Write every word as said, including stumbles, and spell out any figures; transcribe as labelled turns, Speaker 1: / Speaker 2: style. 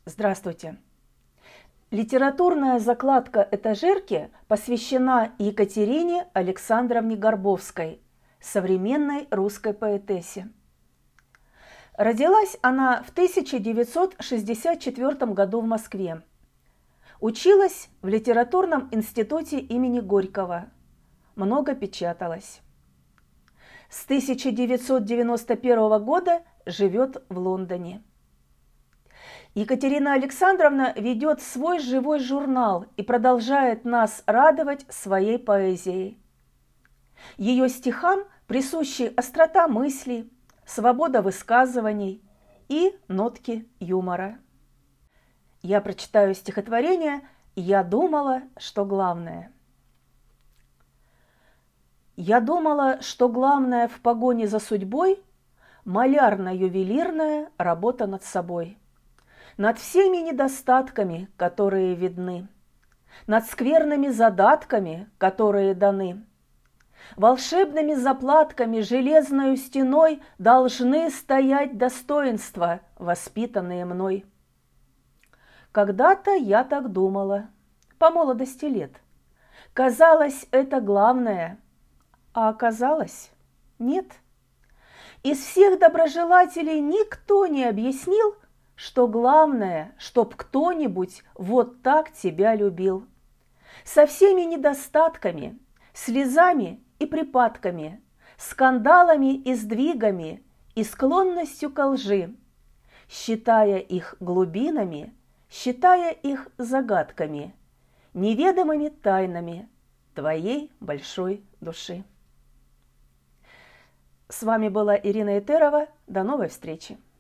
Speaker 1: Здравствуйте! Литературная закладка этажерки посвящена Екатерине Александровне Горбовской, современной русской поэтессе. Родилась она в тысяча девятьсот шестьдесят четвёртом году в Москве. Училась в литературном институте имени Горького. Много печаталась. С тысяча девятьсот девяносто первого года живет в Лондоне. Екатерина Александровна ведет свой живой журнал и продолжает нас радовать своей поэзией. Ее стихам присущи острота мысли, свобода высказываний и нотки юмора. Я прочитаю стихотворение «Я думала, что главное». Я думала, что главное в погоне за судьбой – малярно-ювелирная работа над собой, над всеми недостатками, которые видны, над скверными задатками, которые даны. Волшебными заплатками железною стеной должны стоять достоинства, воспитанные мной. Когда-то я так думала, по молодости лет. Казалось, это главное, а оказалось – нет. Из всех доброжелателей никто не объяснил, что главное, чтоб кто-нибудь вот так тебя любил. Со всеми недостатками, слезами и припадками, скандалами и сдвигами и склонностью ко лжи, считая их глубинами, считая их загадками, неведомыми тайнами твоей большой души. С вами была Ирина Этерова. До новой встречи!